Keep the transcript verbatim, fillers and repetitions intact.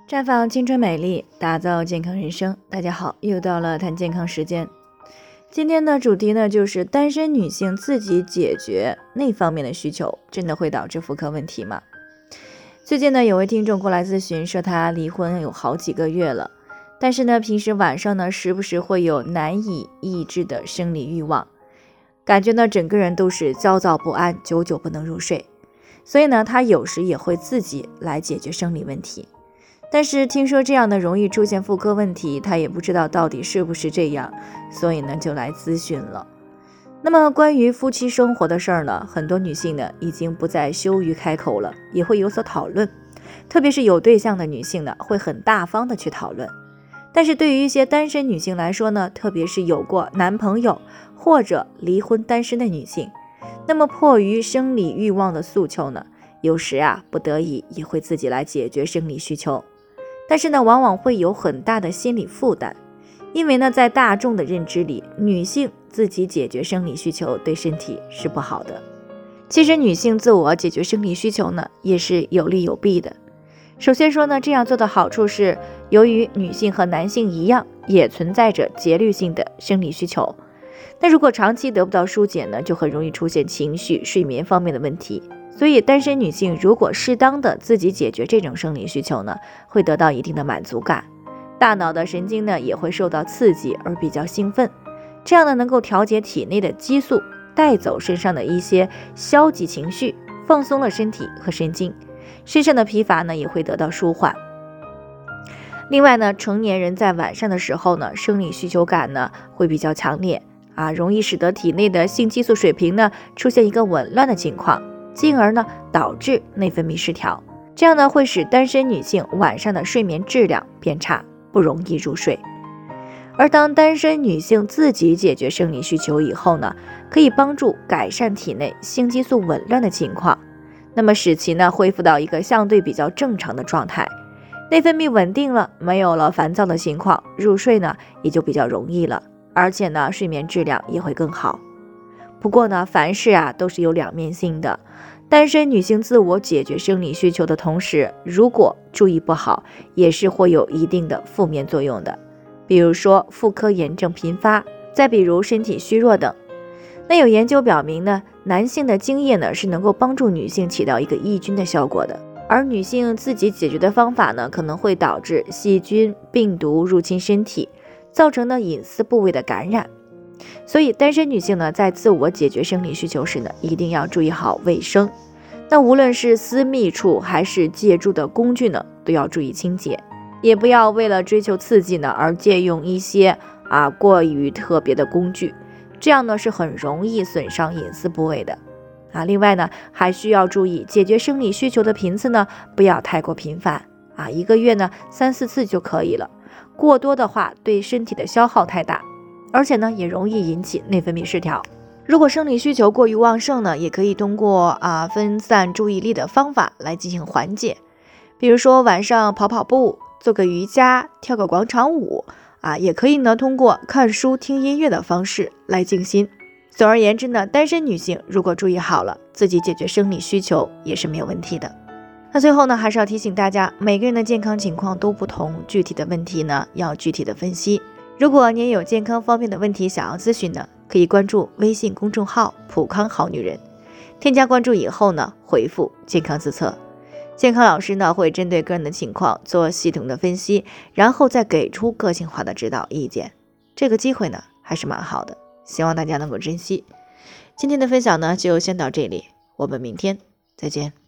绽放青春美丽，打造健康人生。大家好，又到了谈健康时间。今天的主题呢，就是单身女性自己解决那方面的需求，真的会导致妇科问题吗？最近呢，有位听众过来咨询，说她离婚有好几个月了，但是呢，平时晚上呢，时不时会有难以抑制的生理欲望，感觉呢，整个人都是焦躁不安，久久不能入睡。所以呢，她有时也会自己来解决生理问题。但是听说这样呢容易出现妇科问题，她也不知道到底是不是这样，所以呢就来咨询了。那么关于夫妻生活的事儿呢，很多女性呢已经不再羞于开口了，也会有所讨论。特别是有对象的女性呢，会很大方的去讨论。但是对于一些单身女性来说呢，特别是有过男朋友或者离婚单身的女性，那么迫于生理欲望的诉求呢，有时啊不得已也会自己来解决生理需求。但是呢，往往会有很大的心理负担，因为呢，在大众的认知里，女性自己解决生理需求对身体是不好的。其实女性自我解决生理需求呢，也是有利有弊的。首先说呢，这样做的好处是，由于女性和男性一样，也存在着节律性的生理需求。那如果长期得不到疏解呢，就很容易出现情绪、睡眠方面的问题。所以单身女性如果适当的自己解决这种生理需求呢，会得到一定的满足感，大脑的神经呢也会受到刺激而比较兴奋，这样呢能够调节体内的激素，带走身上的一些消极情绪，放松了身体和神经，身上的疲乏呢也会得到舒缓。另外呢，成年人在晚上的时候呢，生理需求感呢会比较强烈啊，容易使得体内的性激素水平呢出现一个紊乱的情况，进而呢导致内分泌失调，这样呢会使单身女性晚上的睡眠质量变差，不容易入睡。而当单身女性自己解决生理需求以后呢，可以帮助改善体内性激素紊乱的情况，那么使其呢恢复到一个相对比较正常的状态，内分泌稳定了，没有了烦躁的情况，入睡呢也就比较容易了，而且呢睡眠质量也会更好。不过呢，凡事啊都是有两面性的。单身女性自我解决生理需求的同时，如果注意不好，也是会有一定的负面作用的。比如说妇科炎症频发，再比如身体虚弱等。那有研究表明呢，男性的精液呢是能够帮助女性起到一个抑菌的效果的，而女性自己解决的方法呢，可能会导致细菌、病毒入侵身体，造成呢隐私部位的感染。所以单身女性呢，在自我解决生理需求时呢，一定要注意好卫生。那无论是私密处还是借助的工具呢，都要注意清洁，也不要为了追求刺激呢而借用一些啊过于特别的工具，这样呢是很容易损伤隐私部位的啊。另外呢，还需要注意解决生理需求的频次呢，不要太过频繁啊，一个月呢三四次就可以了。过多的话，对身体的消耗太大。而且呢，也容易引起内分泌失调。如果生理需求过于旺盛呢，也可以通过啊分散注意力的方法来进行缓解。比如说晚上跑跑步，做个瑜伽，跳个广场舞啊，也可以呢通过看书、听音乐的方式来静心。总而言之呢，单身女性如果注意好了，自己解决生理需求也是没有问题的。那最后呢，还是要提醒大家，每个人的健康情况都不同，具体的问题呢要具体的分析。如果您有健康方面的问题想要咨询呢，可以关注微信公众号普康好女人，添加关注以后呢，回复健康自测，健康老师呢会针对个人的情况做系统的分析，然后再给出个性化的指导意见。这个机会呢还是蛮好的，希望大家能够珍惜。今天的分享呢就先到这里，我们明天再见。